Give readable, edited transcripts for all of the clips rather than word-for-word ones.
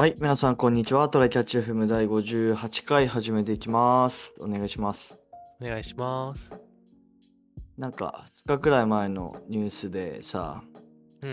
はい、皆さん、こんにちは。トライキャッチ FM 第58回始めていきます。お願いします。 お願いします。 なんか、2日くらい前のニュースでさ、 うん。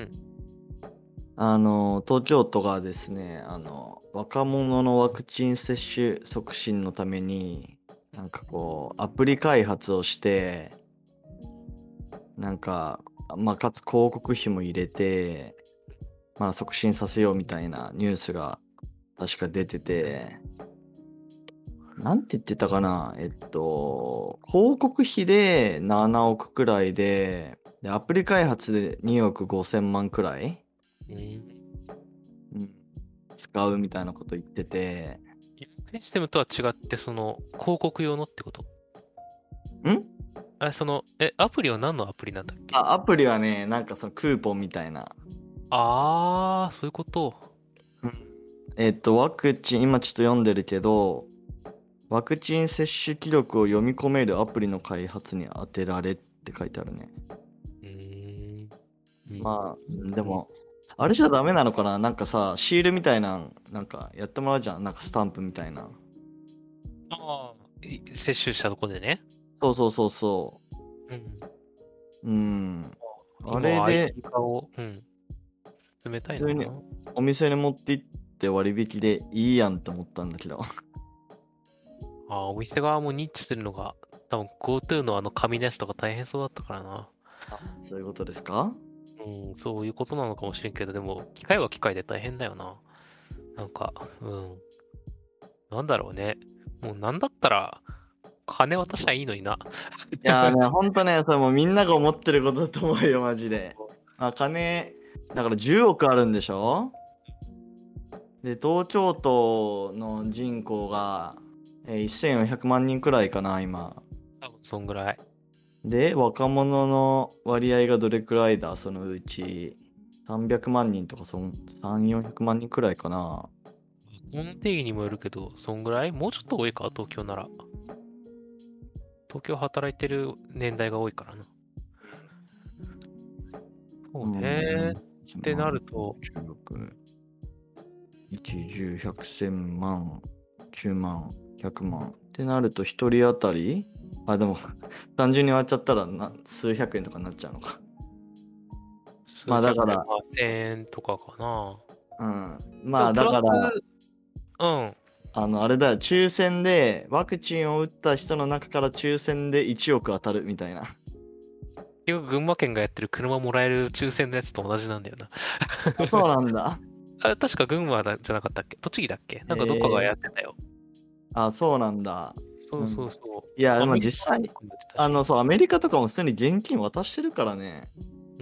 東京都がですね、若者のワクチン接種促進のために、アプリ開発をして、なんか、かつ広告費も入れて、促進させようみたいなニュースが確か出てて、なんて言ってたかな広告費で7億くらいで、アプリ開発で2億5千万くらい、 うん。 うん、使うみたいなこと言ってて、 システムとは違って、広告用のってこと？ んアプリは何のアプリなんだっけ？ アプリはね、そのクーポンみたいな。 そういうこと。 うんワクチン、今ちょっと読んでるけど、ワクチン接種記録を読み込めるアプリの開発に当てられって書いてあるね。 うーん。うん。 でも、あれじゃダメなのかな、シールみたいな、やってもらうじゃん。スタンプみたいな。 接種したとこでね。 そうそうそうそうん。 う。あ今はれで、 IT 化を、進めたい普通にのかな。 お店に持って行って割引でいいやんって思ったんだけど。 お店側も認知するのが、多分 GoTo の紙のやつとか大変そうだったからな。 そういうことですか？ うん、そういうことなのかもしれんけど、でも、機械は機械で大変だよな。なんか、うん。なんだろうね。もうなんだったら、金渡しゃいいのにな。 いやーね、ほんとね、それもうみんなが思ってることだと思うよ、マジで。金、だから10億あるんでしょ？で、東京都の人口が、1400万人くらいかな、今。 多分そんぐらい。 で、若者の割合がどれくらいだ、そのうち。300万人とか、3、400万人くらいかな。 この定義にもよるけど、そんぐらいもうちょっと多いか、東京なら。東京働いてる年代が多いからな。そうね。ってなると、 16、1、10、100、1000万、10万、100万。ってなると、一人当たりでも、単純に割っちゃったら数百円とかになっちゃうのか。 数百円、 だから、 1000円とかかな。 うん。 でもプラス、 だから、 うん。 あれだよ、抽選で、ワクチンを打った人の中から抽選で1億当たるみたいな。 結局群馬県がやってる車もらえる抽選のやつと同じなんだよな。 そうなんだ。 確か群馬じゃなかったっけ？栃木だっけ？なんかどっかがやっえてたよ。 そうなんだ。 そううん。 そうそう。 いや、でアもメリカは実際、 組んでたし。 そう、アメリカとかも普通に現金渡してるからね。 うん。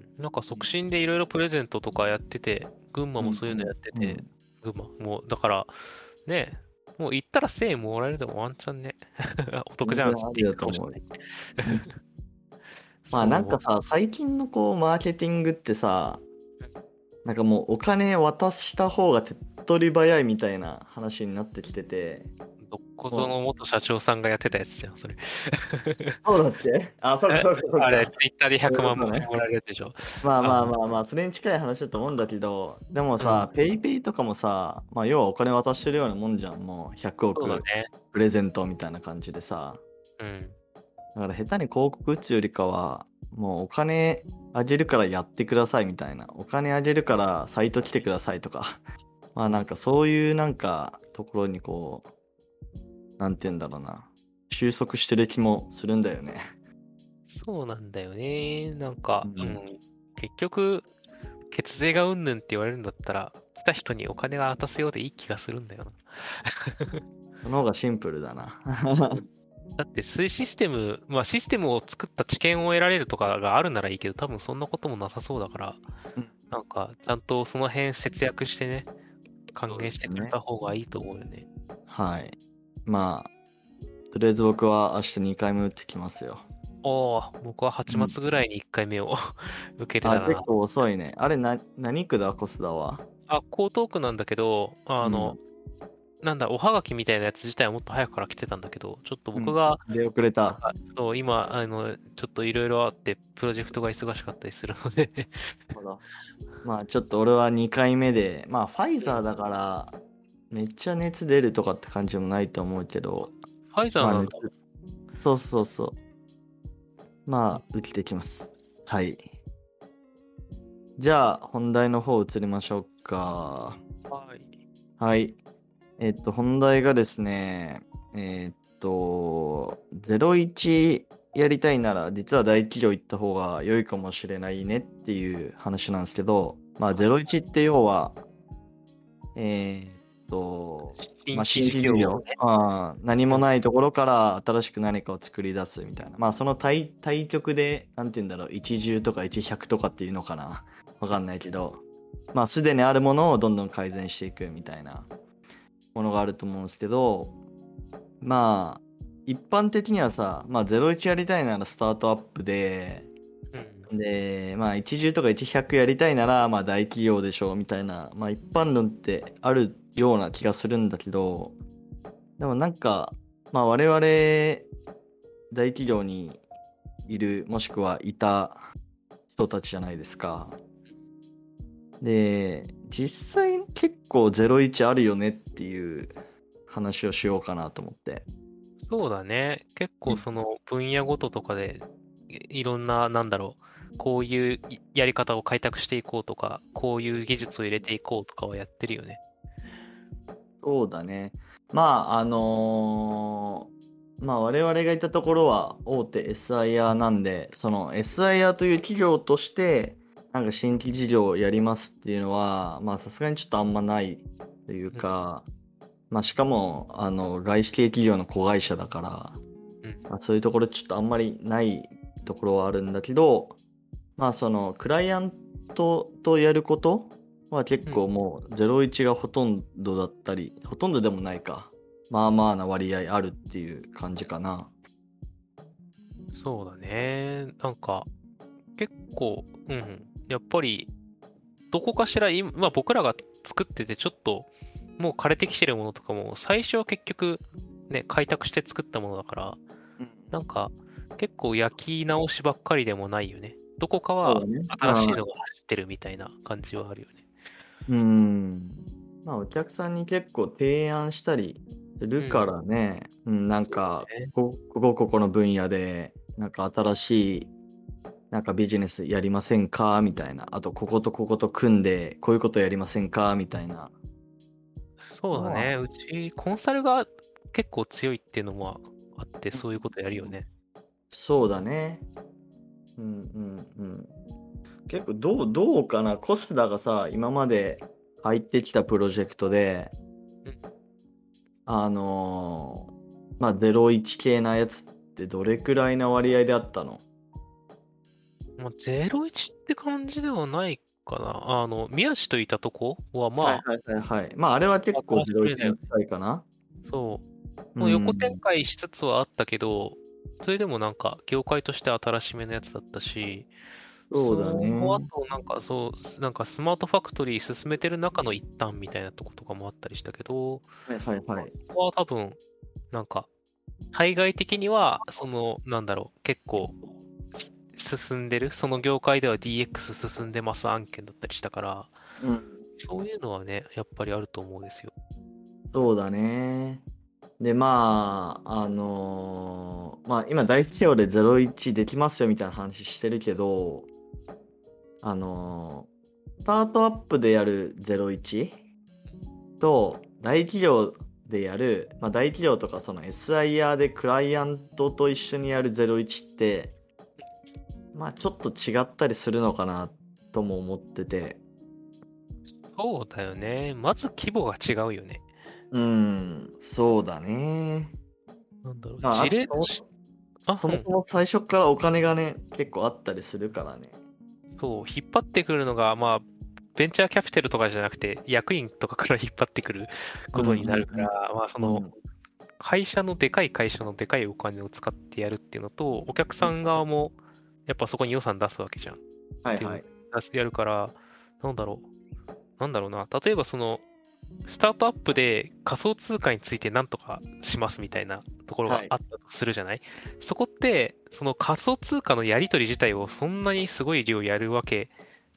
なんか促進でいろいろプレゼントとかやってて、群馬うんもそういうのやってて、 うん。 群馬もう、だから、ね、もう行ったら1000円もらえるでもワンチャンね、お得じゃんっつって全然あり行だと思う。 くかもしれない。 うん。 そ最近のマーケティングってさ、もうお金渡した方が手っ取り早いみたいな話になってきてて、 う、どこぞもう、 の元社長さんがやってたやつじゃん、それ。 そうだっけ？そうかえそうかそうあれ、ツか。 イッターで100 そういうこ万もとね。 らえるやつでしょ。 それに近い話だと思うんだけど、でもうん。 さ、ペイペイとかもさ、要はお金渡してるようなもんじゃん、もう100億そうだね。 プレゼントみたいな感じでさ。 うん。 だから下手に広告打つよりかは、もうお金あげるからやってくださいみたいな。お金あげるからサイト来てくださいとか。そういうところになんて言うんだろうな。収束してる気もするんだよね。 そうなんだよね。なんか、 うん。 結局、血税がうんぬんって言われるんだったら、来た人にお金が渡すようでいい気がするんだよな。 その方がシンプルだな。 だって、水システム、システムを作った知見を得られるとかがあるならいいけど、多分そんなこともなさそうだから、 うん。 なんか、ちゃんとその辺節約してね、還そう元してくれですね。 た方がいいと思うよね。 はい。とりあえず僕は明日2回目打ってきますよ。 僕は8 うん。 月ぐらいに1回目を受けれたらな。 結構遅いね。あれ何区だ、コスダは。 江東区なんだけど、 うん。 なんだ、おはがきみたいなやつ自体はもっと早くから来てたんだけど、ちょっとうん。 僕が、 出遅れた。 なんか、そう、今、ちょっといろいろあって、プロジェクトが忙しかったりするのでほら。 まあちょっと俺は2回目で、まあファイザーだからめっちゃ熱出るとかって感じもないと思うけど、 ファイザーまあ熱、 なんだ。 そうそうそう。まあ受けてきます。はい。じゃあ本題の方移りましょうか。 はい。 はい。本題がですね、01やりたいなら、実は大企業行った方が良いかもしれないねっていう話なんですけど、まあ、01って要は、えーっまあ、 新規新事業を規事業、何ね。 もないところから新しく何かを作り出すみたいな。まあ、その対極で、なんて言うんだろう、10とか100とかっていうのかな。わかんないけど、まあ、すでにあるものをどんどん改善していくみたいなものがあると思うんですけど、まあ、一般的にはさ、まあ、01やりたいならスタートアップで、 うん。 で、まあ、10とか100やりたいなら、まあ、大企業でしょうみたいな、まあ、一般論ってあるような気がするんだけど、でもなんか、まあ、我々、大企業にいる、もしくはいた人たちじゃないですか。で、実際結構01あるよねっていう話をしようかなと思って。 そうだね。結構その分野ごととかでいろんな、なんだろう、こういうやり方を開拓していこうとか、こういう技術を入れていこうとかはやってるよね。 そうだね。まあ、まあ我々がいたところは大手 SIR なんで、その SIR という企業として、なんか新規事業をやりますっていうのは、まあさすがにちょっとあんまないといううん。 か、まあしかも、外資系企業の子会社だから、 うん。 まあそういうところちょっとあんまりないところはあるんだけど、まあそのクライアントとやることは結うん。 構もう01がほとんどだったり、ほとんどでもないか。まあまあな割合あるっていう感じかな。 そうだね。なんか、結構、うん。やっぱり、どこかしら今、まあ僕らが作っててちょっと、もう枯れてきてるものとかも、最初は結局、ね、開拓して作ったものだから、 うん。 なんか、結構焼き直しばっかりでもないよね。どこかはそうだね。 新しいのが走ってるみたいな感じはあるよね。 うん。まあお客さんに結構提案したりするかうん。 らね。うん、なんそうか、 だね。 ここの分野で、なんか新しいなんかビジネスやりませんかみたいな。あと、こことここと組んで、こういうことやりませんかみたいなのは。 そうだね。うち、コンサルが結構強いっていうのもあって、そういうことやるよね。 そうだね。うんうんうん。結構どうかな。コスダがさ、今まで入ってきたプロジェクトで、 うん。 まあ、01系なやつってどれくらいな割合であったの？ まあ、01って感じではないかな。宮地といたとこは、まはいはいはいはい。まあ、あれはあ、 結構01 新しめだよね。 に近いかな。 そう。 うもう横展ん。 開しつつはあったけど、それでもなんか、業界として新しめのやつだったし、 そうだそのね。 後、なんかそう、なんかスマートファクトリー進めてる中の一端みたいなとことかもあったりしたけど、 はいはいはい。 まあそこは多分、なんか、対外的には、その、なんだろう、結構進んでる、その業界では DX 進んでます案件だったりしたから、 うん。 そういうのはね、やっぱりあると思うんですよ。 そうだね。で、まあ、まあ、今大企業で01できますよみたいな話してるけど、スタートアップでやる01と大企業でやる、まあ、大企業とかその SIR でクライアントと一緒にやる01って、まあちょっと違ったりするのかなとも思ってて、 そうだよね。まず規模が違うよね。 うん、そうだね。 なんだろう、 まあ、あ事と例として、あ、うん。 そもそも最初からお金がね、結構あったりするからね。 そう、引っ張ってくるのが、まあ、ベンチャーキャピタルとかじゃなくて、役員とかから引っ張ってくるうんことになるから、まあ、その、 うんうん。 会社のでかい会社のでかいお金を使ってやるっていうのと、お客さん側も、やっぱそこに予算出すわけじゃん。っていうのはいはい。 やるから、なんだろなんだろうな。例えばその、スタートアップで仮想通貨について何とかしますみたいなところはい。 があったとするじゃない。そこって、その仮想通貨のやり取り自体をそんなにすごい量やるわけ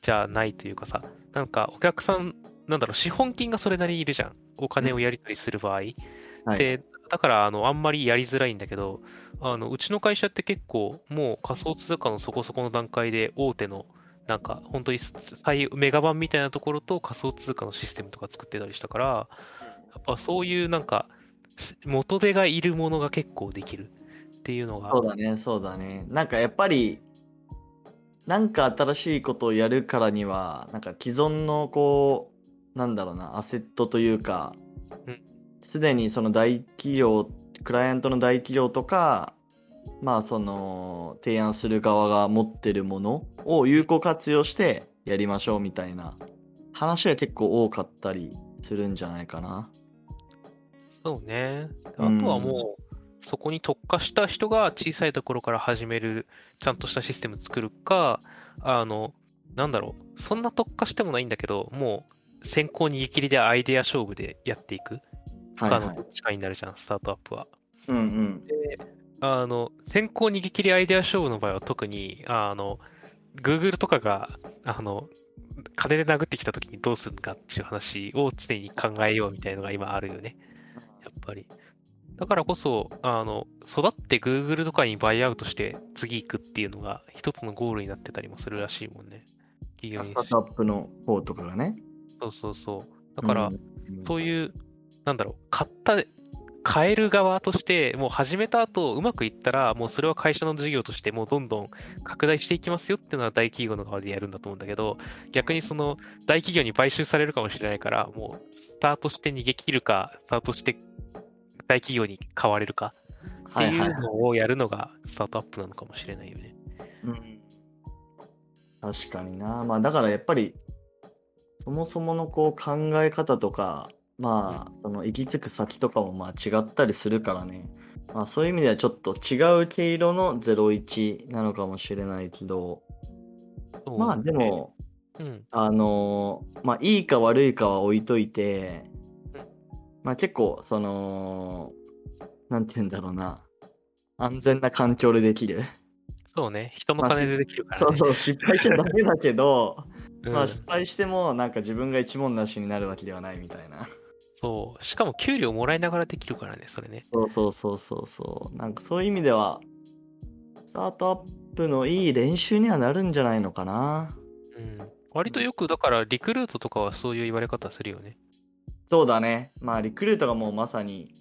じゃないというかさ、なんかお客さん、なんだろう、資本金がそれなりにいるじゃん。お金をやり取りする場合。 はい。 で、だからあんまりやりづらいんだけど、うちの会社って結構もう仮想通貨のそこそこの段階で大手の、なんか本当にメガバンみたいなところと仮想通貨のシステムとか作ってたりしたから、やっぱそういうなんか元手がいるものが結構できるっていうのが、 そうだね、そうだね。なんかやっぱり、なんか新しいことをやるからには、なんか既存のこう、なんだろうな、アセットというか、 うん、 すでにその大企業、クライアントの大企業とか、まあその提案する側が持ってるものを有効活用してやりましょうみたいな話が結構多かったりするんじゃないかな。 そうね。 うあとはん。 もう、そこに特化した人が小さいところから始める、ちゃんとしたシステム作るか、あの、なんだろう、そんな特化してもないんだけど、もう、先行逃げ切りでアイデア勝負でやっていくかのはいはい。 どっちかになるじゃん、スタートアップは。 うんうん。 で、先行逃げ切りアイデア勝負の場合は特に、Google とかが、あの、金で殴ってきた時にどうするかっていう話を常に考えようみたいなのが今あるよね。やっぱり。だからこそ、育って Google とかにバイアウトして次行くっていうのが一つのゴールになってたりもするらしいもんね。企業にし。 スタートアップの方とかがね。 そうそうそう。だから、 うん。 そういう、なんだろう、買える側として、もう始めた後、うまくいったら、もうそれは会社の事業として、もうどんどん拡大していきますよっていうのは大企業の側でやるんだと思うんだけど、逆にその大企業に買収されるかもしれないから、もうスタートして逃げ切るか、スタートして大企業に買われるかってはいはい。 いうのをやるのがスタートアップなのかもしれないよね。 うん。確かにな。まあだからやっぱりそもそものこう考え方とか、 うん、 まあその行き着く先とかもまあ違ったりするからね。まあそういう意味ではちょっと違う毛色の01なのかもしれないけど、まあそうね。 でも、 うん。 まあいいか悪いかは置いといて、 うん、 まあ結構その、なんて言うんだろうな、安全な環境でできる。 そうね。人のまあ金でできるからね。 そうそう、失敗しちゃダメだけど、まあ失うん。 敗してもなんか自分が一文無しになるわけではないみたいな。 そう。しかも給料もらいながらできるからね、それね。 そうそうそうそうそう。なんかそういう意味では、スタートアップのいい練習にはなるんじゃないのかな。 うん。割うん、 とよく、だからリクルートとかはそういう言われ方するよね。 そうだね。まあリクルートがもうまさに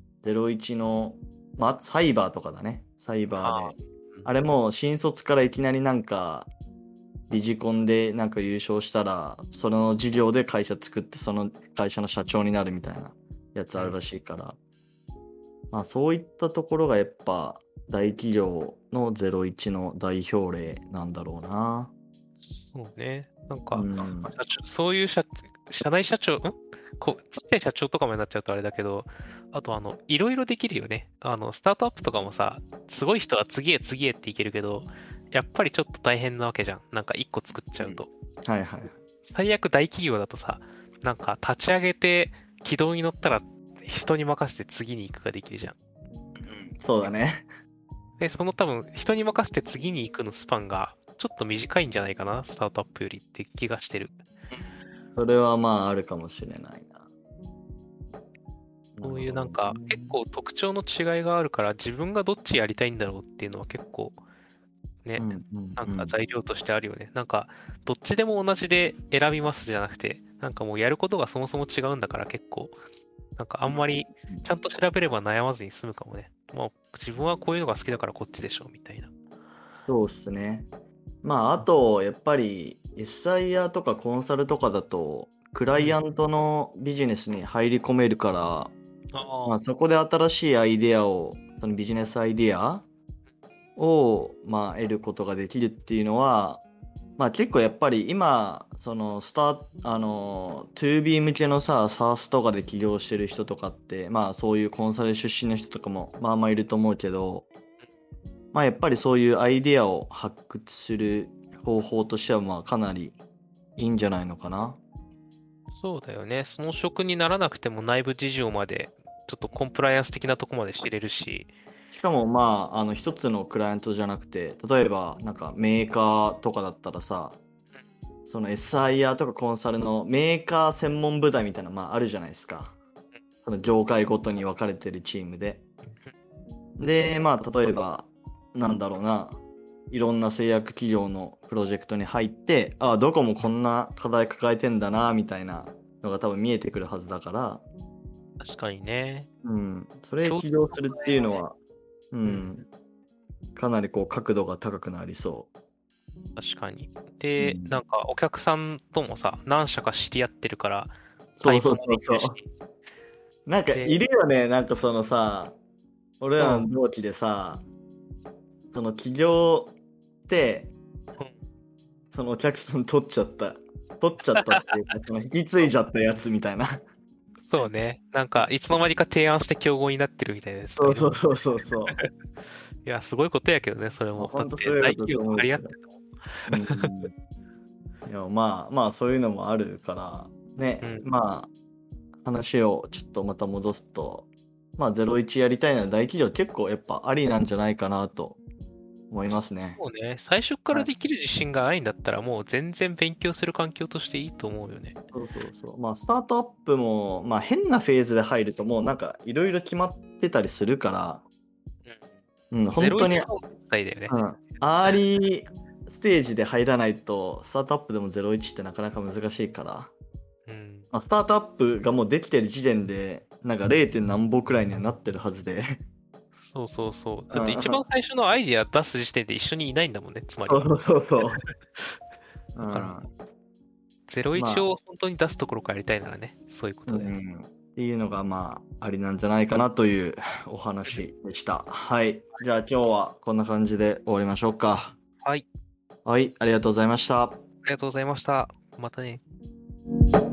01の、まあサイバーとかだね。サイバーああ。 で。あれもう新卒からいきなりなんかビジコンでなんか優勝したら、その事業で会社作ってその会社の社長になるみたいなやつうん。 あるらしいから。まあそういったところがやっぱ大企業の01の代表例なんだろうな。 そうね。なんうか、 ん。 そういう社内社長、ちっちゃい社長とかもになっちゃうとあれだけど、あといろいろできるよね。スタートアップとかもさ、すごい人は次へ次へっていけるけど、やっぱりちょっと大変なわけじゃん。なんか一個作っちゃうと。 はいはい。 最悪大企業だとさ、なんか立ち上げて軌道に乗ったら人に任せて次に行くができるじゃん。 そうだね。 で、その多分人に任せて次に行くのスパンがちょっと短いんじゃないかな、スタートアップよりって気がしてる。 それはまああるかもしれないな。なそうるほどね。 いうなんか結構特徴の違いがあるから自分がどっちやりたいんだろうっていうのは結構ね、 うんうんなんかうん。 材料としてあるよね。なんかどっちでも同じで選びますじゃなくて、なんかもうやることがそもそも違うんだから結構、なんかあんまりちゃんと調べれば悩まずに済むかもね。まあ自分はこういうのが好きだからこっちでしょみたいな。 そうっすね。まああとやっぱり SIR とかコンサルとかだとクラうん。 イアントのビジネスに入り込めるから、まあ、 ああ、 そこで新しいアイデアをそのビジネスアイデアを、まあ、得ることができるっていうのは、まあ、結構やっぱり今その2B 向けのさ SaaS とかで起業してる人とかってまあそういうコンサル出身の人とかもまあまあいると思うけど、まあ、やっぱりそういうアイデアを発掘する方法としてはまあかなりいいんじゃないのかな。 そうだよね。その職にならなくても内部事情まで、ちょっとコンプライアンス的なとこまで知れるし、 しかもまあ一つのクライアントじゃなくて例えばなんかメーカーとかだったらさ、 その SIR とかコンサルのメーカー専門部隊みたいなのまああるじゃないですか。その業界ごとに分かれてるチームで。で、まあ例えば、なんだろうな、いろんな製薬企業のプロジェクトに入って、ああ、どこもこんな課題抱えてんだな、みたいなのが多分見えてくるはずだから、 確かにね。 うん、それ起業するっていうのは、ううんん、 かなりこう角度が高くなりそ確かに。で、 うんなんかお客さんともさ、何社か知り合ってるから、 う。そうそうパイプもできそうそるし。 う。なんかで、 いるよね、なんかそのさ、俺うん、 らのうん、 同期でさ、その起業ってそのお客さん取っちゃったっていうか、その引き継いじゃったやつみたいな。 そうね。なんか、いつの間にか提案して競合になってるみたいなやつとかいるもん。 そうそうそうそうそう。 いや、すごいことやけどね、それも。だっ本当て、大そういうこと企業と張り合っと思うけど。 てたもん。 いや、まあまあそういうのもあるからね、 うん、 まあ話をちょっとまた戻すと、まあ01やりたいなら大企業結構やっぱありなんじゃないかなと思いますね。 もうね、最初かはい。 らできる自信がないんだったら、もう全然勉強する環境としていいと思うよね。 そうそうそう。まあスタートアップもまあ変なフェーズで入るともうなんかいろいろ決まってたりするから、うん、 ゼロ本当に、 イチの絶対だよね。 アーリーステージで入らないと、スタートアップでも01ってなかなか難しいから、 うん。 まあ、スタートアップがもうできてる時点で、なんか 0. 何歩くらいにはなってるはずで。 そうそうそう。だって一番うん最初のアイディア出す時点で一緒にいないんだもんね、つまり。 そうそうそうそう。 だから、 うん、 ゼロイチまあ、 を本当に出すところからやりたいならね、そういうこうとで。 ん、っていうのがまあ、ありなんじゃないかなというお話でした。はい。じゃあ今日はこんな感じで終わりましょうか。 はい。 はい、ありがとうございました。 ありがとうございました。またね。